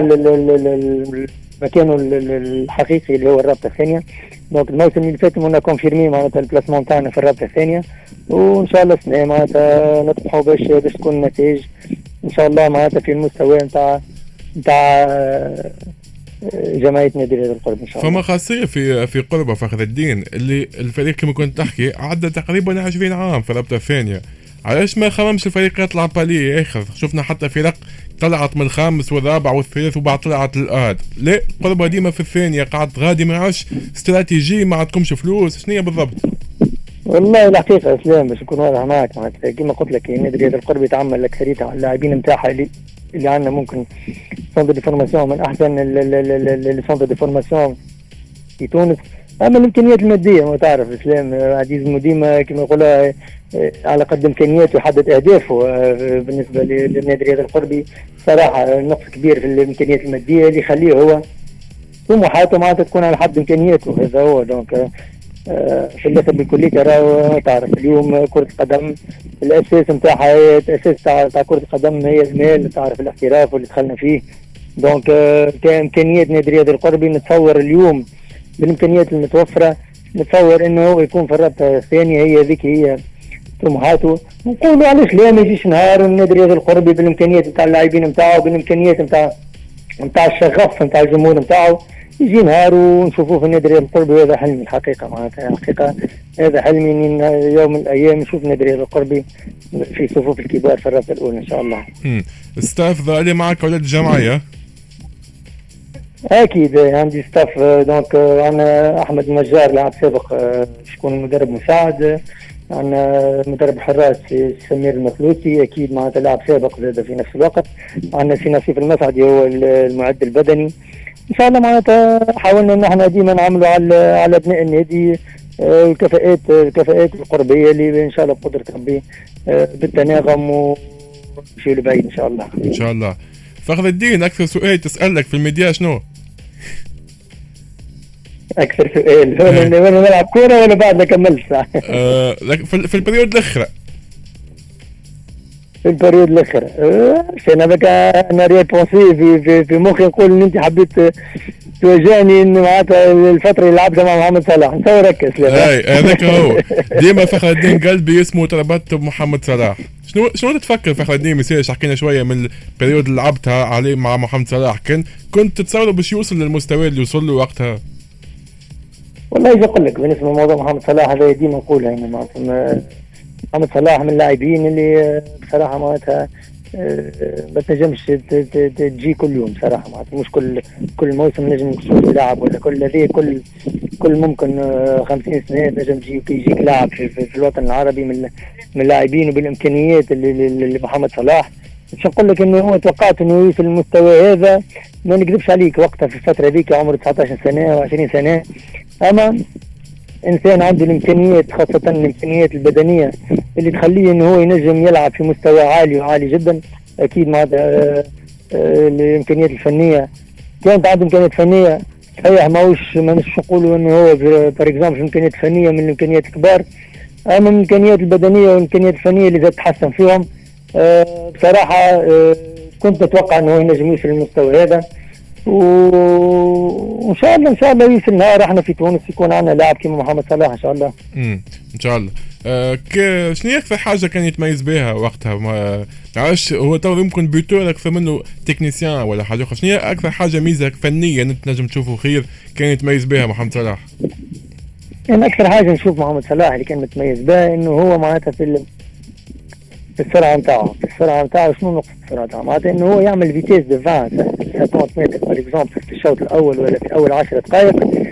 مكانه الحقيقي اللي هو الرابطه الثانيه. دونك الموسم اللي فات كنا كونفيرمي معناتها البلاسمون تاعنا في الرابطه الثانيه، وان شاء الله السنه معناتها نطمحوا باش تكون النتائج ان شاء الله معناتها في المستوى نتاع جمعيه نادي الرياض القربي ان شاء الله. فما خاصيه في قربه فخر الدين اللي الفريق كما كنت تحكي عدى تقريبا 20 عام في الرابطه الثانيه، علاش ما خممش الفريق يطلع بالي اخر؟ شفنا حتى فرق طلعت من الخامس والرابع والثالث وبعد طلعت للآد. لا قربة ديما في الثانية قاعد غادي ما عادش استراتيجي، ما عندكمش فلوس، شنو هي بالضبط؟ والله الحقيقة اسلام باش نكون واضح معك معناتها كيما قلت لك نادي الرياض القربي يتعمل اكثريتها على اللاعبين نتاعها اللي عندنا، ممكن سونتر دي فورماسيون من احسن السونتر دي فورماسيون في تونس. اما الامكانيات الماديه ما تعرف اسلام عزيز مديمه كما يقولها على قد امكانياته يحدد اهدافه. بالنسبه للنادي الرياض القربي صراحه نقص كبير في الامكانيات الماديه اللي يخليه هو طموحاته معناتها تكون على حد امكانياته. هذا هو دونك في الاخر بكل راهو تعرف اليوم كره القدم الاساس نتاعها، الاساس تاع كره القدم هي المال، تعرف الاحتراف واللي دخلنا فيه. دونك كامكانيات نادي الرياض القربي نتصور اليوم بالامكانيات المتوفره نتصور انه هو يكون في الرابطه الثانيه، هي ذيك هي طموحاته. نقولوا علاش لا ما يجيش نهار والنادي الرياض القربي بالامكانيات نتاع اللاعبين نتاعو بالامكانيات نتاع الشغف نتاع الجمهور نتاعو يجي نهار ونشوفوه في النادي الرياض القربي. وهذا حلمي الحقيقه معناتها الحقيقه هذا حلمي ان يوم من الايام نشوف النادي الرياض القربي في صفوف الكبار في الرابطه الاولى ان شاء الله. ستاف ظالي معك ولاد الجمعيه؟ اكيد عندي ستاف. دونك عندنا احمد النجار لاعب سابق شكون مدرب مساعد، عندنا مدرب حراس سمير المفلوسي اكيد معناتها لاعب سابق زاد في نفس الوقت، عندنا سي نصيف المسعدي هو المعد البدني. ان شاء الله معناتها حاولنا ان احنا ديما نعملوا على ابناء النادي الكفاءات القربيه اللي ان شاء الله بقدره ربي بالتناغم ونمشيو لبعيد ان شاء الله. ان شاء الله. فخر الدين اكثر سؤال تسالك في الميديا شنو؟ اكثر سؤال وانا نلعب كوره ولا بعد ما كملت ساعه؟ في البريود الاخر. في البريود الاخر انا بك انا ريبونسي في مخي نقول ان انت حبيت توجهني ان معناتها الفتره اللي لعبتها مع محمد صلاح نتصور هكا سلام. اي هذاك هو ديما فخر الدين قلبي اسمه تربطت بمحمد صلاح. شنو تفكر فخر الدين مسيرش حكينا شويه من البريود اللي لعبتها عليه مع محمد صلاح، كنت تتصور باش يوصل للمستوى اللي وصل له وقتها؟ والله اجي اقول لك بالنسبه لموضوع محمد صلاح هذا ديما نقولها يعني محمد صلاح من اللاعبين اللي بصراحه معناتها ما تنجمش تجي كل يوم صراحه معناتها مش كل موسم نجم نشوف لاعب ولا كل ممكن 50 سنه نجم يجيك لاعب في الوطن العربي من اللاعبين وبالامكانيات اللي محمد صلاح. مش نقول لك انه هو توقعت انه يوصل المستوى هذا، ما نكذبش عليك وقتها في الفتره هذيك عمره 19 سنه و20 سنه، اما انسان عنده الامكانيات خاصه الامكانيات البدنيه اللي تخليه انه هو ينجم يلعب في مستوى عالي وعالي جدا. اكيد مع الامكانيات الفنيه كانت عنده امكانيات فنيه صحيح ماهوش نقولوا انه هو بار اكزامبل امكانيات فنيه من الامكانيات الكبار، اما من الامكانيات البدنيه والامكانيات الفنيه اللي زاد تحسن فيهم بصراحه كنت اتوقع انه هو ينجم يوصل للمستوى هذا، وان شاء الله يوصل نهار احنا في تونس يكون عندنا لاعب كيما محمد صلاح ان شاء الله. ان شاء الله. شنو هي اكثر حاجه كان يتميز بها وقتها؟ ما عرفش هو تو يمكن بيتور اكثر منه تكنيسيان ولا حاجه اخرى، شنو هي اكثر حاجه ميزه فنيه انت نجم تشوفه خير كان يتميز بها محمد صلاح؟ يعني اكثر حاجه نشوف محمد صلاح اللي كان متميز بها انه هو معناتها في السرعه نتاعو شنو نقصد السرعه نتاعو؟ معناتها انه هو يعمل فيتيس دو 20 متر باغ اكزومبل في الشوط الاول ولا في اول 10 دقائق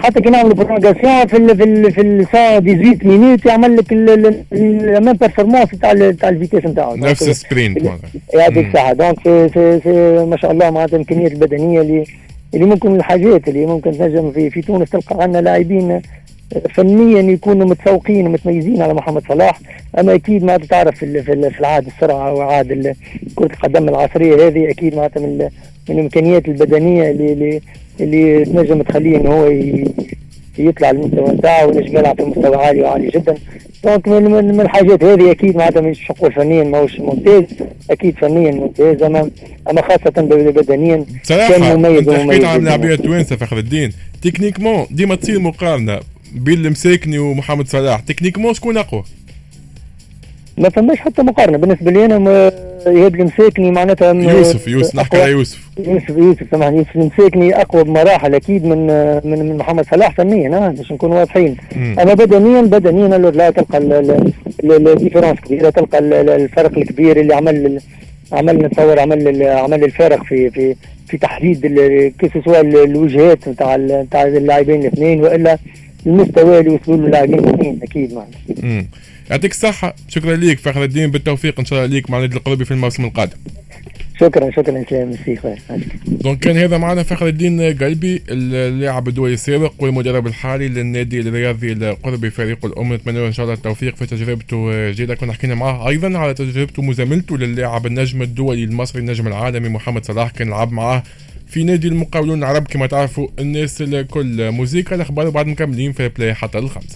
حتى كي نعمل برونغاسيون في ال 18 مينوت يعمل لك الميم بيرفورمانس تاع الفيتيس نتاعو نفس السبرينت هذيك الساعه. دونك ما شاء الله معناتها الامكانيات البدنيه اللي ممكن الحاجات اللي ممكن تنجم في تونس تلقى عندنا لاعبين فنيا يكونوا متفوقين ومتميزين على محمد صلاح. اما اكيد ما تعرف في العاد السرعه وعاد كره القدم العصريه هذه اكيد معناتها من الامكانيات البدنيه اللي تنجم تخليه انه هو يطلع المستوى نتاعو ونجم يلعب في مستوى عالي وعالي جدا. دونك من الحاجات هذه اكيد معناتها مش نقول فنيا ماهوش ممتاز، اكيد فنيا ممتاز، اما خاصه بدنيا كان مميز. انت حكيت عن لاعبيه توانسه فخر الدين، تكنيكمون ديما تصير مقارنه بين المساكني ومحمد صلاح، تكنيكمون شكون اقوى؟ ما فماش حتى مقارنه بالنسبه لي انا. ايهاب المساكني معناتها يوسف نحكي على يوسف سامحني، يوسف المساكني اقوى بمراحل اكيد من محمد صلاح فنيا باش نكونوا واضحين. اما بدنيا لا تلقى الديفيرونس كبيره، تلقى الفرق الكبير اللي عمل نتصور عمل الفارق في تحديد كسوا الوجهات نتاع اللاعبين الاثنين والا المستوى اللي وصلوا له اللاعبين الاثنين اكيد معناتها. يعطيك الصحة، شكرا ليك فخر الدين، بالتوفيق ان شاء الله ليك مع النادي القربي في الموسم القادم. شكرا اسلام مسي خويا. دونك كان هذا معنا فخر الدين قلبي اللاعب الدولي السابق والمدرب الحالي للنادي الرياضي القربي فريق الام، نتمنى له ان شاء الله التوفيق في تجربته الجديده. كنا حكينا معاه ايضا على تجربته مزاملته للاعب النجم الدولي المصري النجم العالمي محمد صلاح، كان لعب معاه في نادي المقاولون العرب كما تعرفوا الناس الكل. موسيقى الاخبار وبعد مكملين في بلاي حتى الخمسة.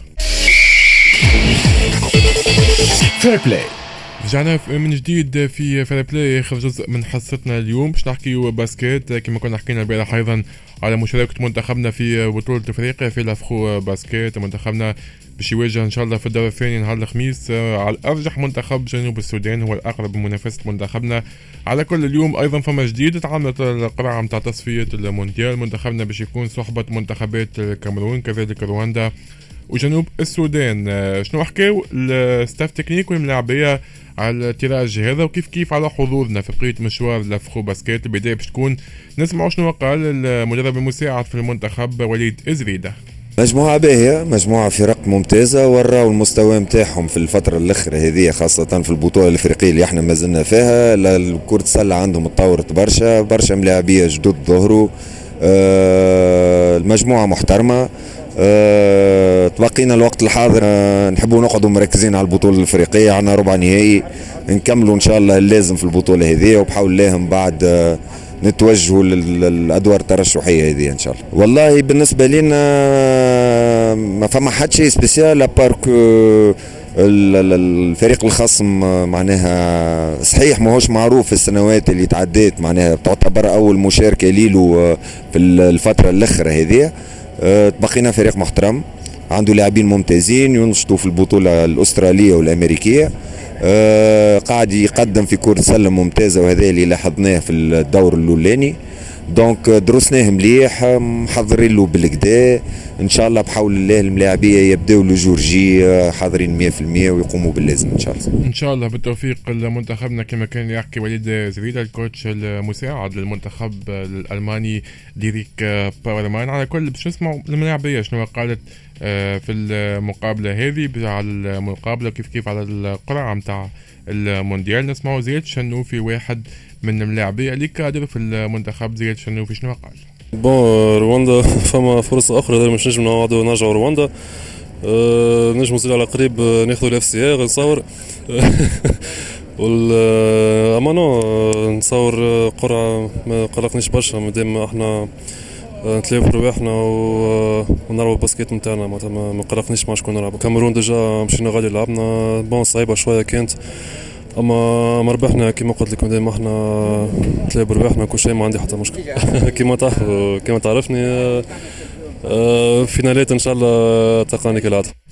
فير بلاي رجعنا من جديد في فير بلاي، اخر جزء من حصتنا اليوم باش نحكيو باسكيت كما كنا حكينا البارح ايضا على مشاركه منتخبنا في بطوله افريقيا في الافخو باسكيت. منتخبنا باش يواجه ان شاء الله في الدور الثاني نهار الخميس على الارجح منتخب جنوب السودان هو الاقرب لمنافسه منتخبنا. على كل اليوم ايضا فما جديد، تعاملت القرعه نتاع تصفيه المونديال، منتخبنا باش يكون صحبه منتخبات الكاميرون كذلك رواندا وجنوب السودان. شنو حكاو الستاف تكنيك والملاعبيه على التراج هذا وكيف على حضورنا في بقيه مشوار الافخو باسكيت؟ البدايه باش تكون نسمعوا شنو قال المدرب المساعد في المنتخب وليد إزريدة. مجموعة باهية، مجموعة فرق ممتازة، وراو المستوى متاعهم في الفترة الأخرى هذه خاصة في البطولة الأفريقية اللي احنا مازلنا فيها. الكرة السلة عندهم تطورت برشا ملاعبية جدد ظهروا. المجموعة محترمة. تبقينا الوقت الحاضر نحبوا نقعدوا مركزين على البطولة الأفريقية، عنا ربع نهائي نكملوا إن شاء الله اللازم في البطولة هذه، وبحول الله من بعد نتوجهوا للأدوار الترشحية هذه إن شاء الله. والله بالنسبة لنا ما فما حد شيء سبيسيال أبارك الفريق الخصم معناها صحيح ماهوش معروف في السنوات اللي تعديت، معناها تعتبر أول مشاركة ليلو في الفترة الأخرى هذه. تبقينا فريق محترم عنده لاعبين ممتازين ينشطوا في البطولة الأسترالية والأمريكية. قاعد يقدم في كرة سلة ممتازة وهذا اللي لاحظناه في الدور الأولاني. دونك درسناه مليح، محضرين له بالكدا ان شاء الله بحول الله. الملاعبيه يبداو لجورجي حاضرين 100% ويقوموا باللازم ان شاء الله. ان شاء الله بالتوفيق لمنتخبنا كما كان يحكي وليد زريدة الكوتش المساعد للمنتخب الالماني ديريك باورمان. على كل باش نسمعوا الملاعبيه شنو قالت في المقابله هذه على المقابله كيف على القرعه نتاع المونديال. نسمعوا زياد شنوفي واحد من الملاعبيه اللي كادر في المنتخب. زياد شنوفي شنو قال؟ رواندا فما فرصه اخرى مش نجم نرجعوا رواندا. نجم نصير على قريب ناخذوا الاف سي ار نصور امانو نصور قرعه ما قلقنيش برشا مادام احنا نتلاعبوا رواحنا ونلعبوا الباسكيت نتاعنا، ما قلقنيش مع شكون نلعبوا. كاميرون ديجا مشينا غادي لعبنا صعيبه شويه كانت، اما ما ربحنا كيما قلت لك مادام احنا نتلاعبوا رواحنا كل شيء ما عندي حتى مشكل. كيما تعرفني فينالات ان شاء الله تلقاني كالعاده.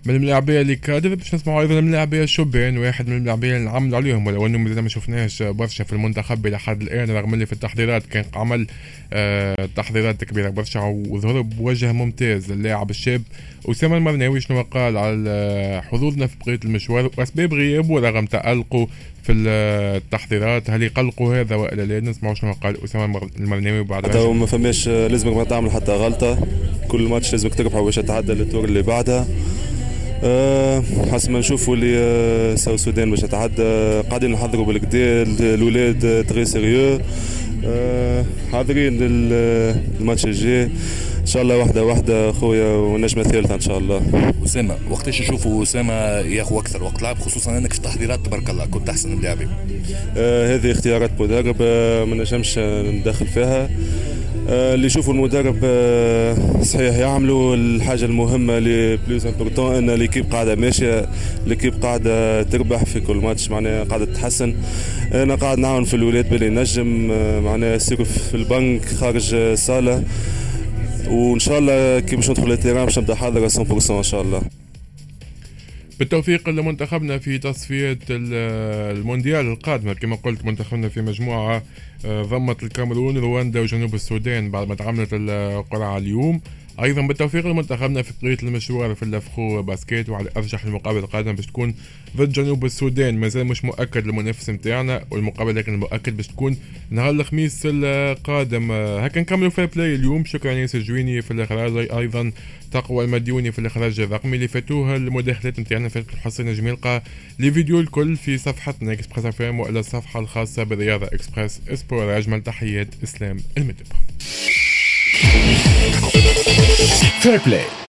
من الملاعبيه اللي كادر باش نسمعوا ايضا من الملاعبيه الشبان، واحد من الملاعبيه اللي نعملوا عليهم، ولو انه مازال ما شفناهش برشا في المنتخب الى حد الان، رغم اللي في التحضيرات كان عمل تحضيرات كبيره برشا وظهر بوجه ممتاز للاعب الشاب أسامة المرناوي. شنو قال على حظوظنا في بقيه المشوار واسباب غيابه رغم تألقه في التحضيرات؟ هل يقلقوا هذا والا لا؟ نسمعوا شنو قال أسامة المرناوي بعد حتى ما فماش لازمك ما تعمل حتى غلطه، كل ماتش لازمك تربحه باش تتعدى للدور اللي بعدها. حسب ما نشوفوا اللي ساو السودان باش تتعدى قاعدين نحضروا بالكدا، الاولاد تري سيريو حاضرين الماتش الجاي ان شاء الله. واحده خويا والنجمه الثالثه ان شاء الله. اسامه وقتاش نشوفوا اسامه ياخذ اكثر وقت لعب، خصوصا انك في التحضيرات تبارك الله كنت احسن من اللاعبين؟ هذه اختيارات مدرب ما نجمش ندخل فيها. اللي يشوفوا المدرب صحيح يعملوا الحاجه المهمه اللي بلوز امبورطون ان ليكيب قاعده ماشيه، ليكيب قاعده تربح في كل ماتش، معناها قاعده تتحسن. انا قاعد نعاون في الولاد باللي نجم، معناها سيرو في البنك خارج الصاله، وان شاء الله كي باش ندخل التيران باش نبدا حاضر 100% ان شاء الله. بالتوفيق لمنتخبنا في تصفية المونديال القادمة. كما قلت منتخبنا في مجموعة ضمت الكاميرون، رواندا وجنوب السودان بعد ما تعاملت القرعة اليوم. ايضا بالتوفيق لمنتخبنا في بقيه المشوار في اللافخو باسكيت، وعلى ارجح المقابله القادمه باش تكون ضد جنوب السودان. مازال مش مؤكد المنافس نتاعنا والمقابله، لكن المؤكد باش تكون نهار الخميس القادم. هكا نكملوا في بلاي اليوم. شكرا ياسر جويني في الاخراج، ايضا تقوى المديوني في الاخراج الرقمي. اللي فاتوها المداخلات نتاعنا في الحصه نجم يلقى لي فيديو الكل في صفحتنا اكسبريس اف ام ولا الصفحه الخاصه بالرياضه اكسبريس اسبور. اجمل تحيات اسلام المدب. Fair play.